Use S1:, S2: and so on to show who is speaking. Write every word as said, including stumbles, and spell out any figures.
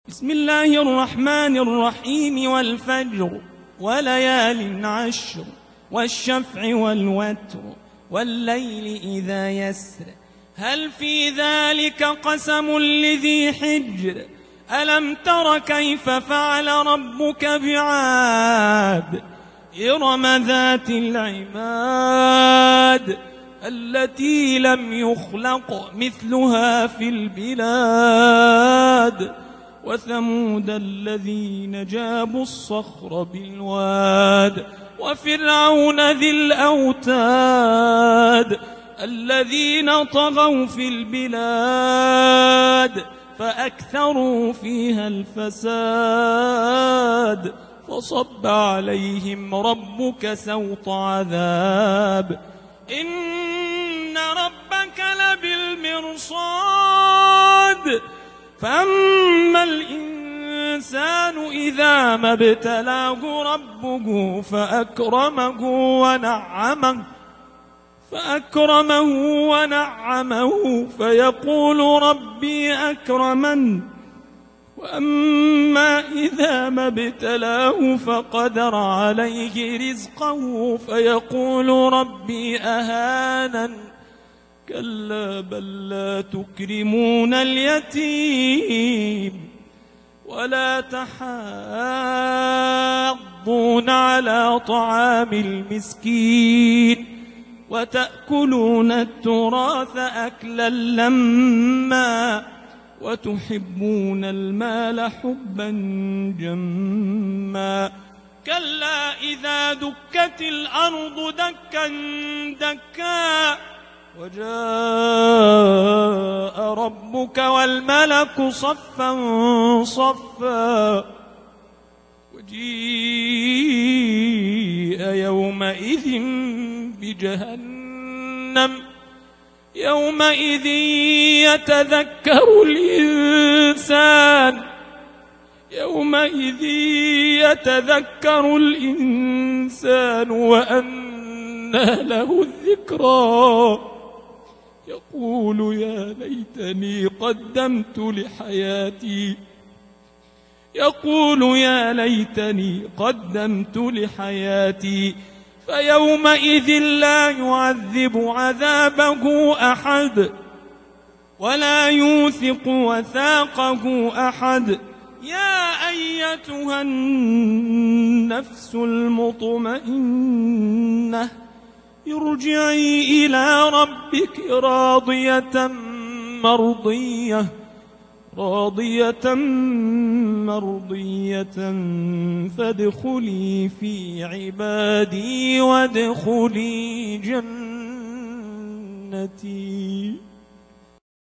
S1: بسم الله الرحمن الرحيم. والفجر وليال عشر والشفع والوتر والليل إذا يسر هل في ذلك قسم لذي حجر ألم تر كيف فعل ربك بعاد إرم ذات العماد التي لم يخلق مثلها في البلاد وثمود الذين جابوا الصخر بالواد وفرعون ذي الأوتاد الذين طغوا في البلاد فأكثروا فيها الفساد فصب عليهم ربك سوط عذاب إن ربك لبالمرصاد فأما الإنسان إذا ما ابتلاه ربه فأكرمه ونعمه فأكرمه ونعمه فيقول ربي أكرمن وأما إذا ما ابتلاه فقدر عليه رزقه فيقول ربي أهانن كلا بل لا تكرمون اليتيم ولا تحاضون على طعام المسكين وتأكلون التراث أكلا لما وتحبون المال حبا جما كلا إذا دكت الأرض دكا دكا وجاء ربك والملك صفا صفا وجيء يومئذ بجهنم يومئذ يتذكر الإنسان يومئذ يتذكر الإنسان وأنى له الذكرى يقول يا ليتني قدمت لحياتي يقول يا ليتني قدمت لحياتي فيومئذ لا يعذب عذابه أحد ولا يوثق وثاقه أحد يا أيتها النفس المطمئنة ارجعي إلى ربك راضية مرضية راضية مرضية فادخلي في عبادي وادخلي جنتي.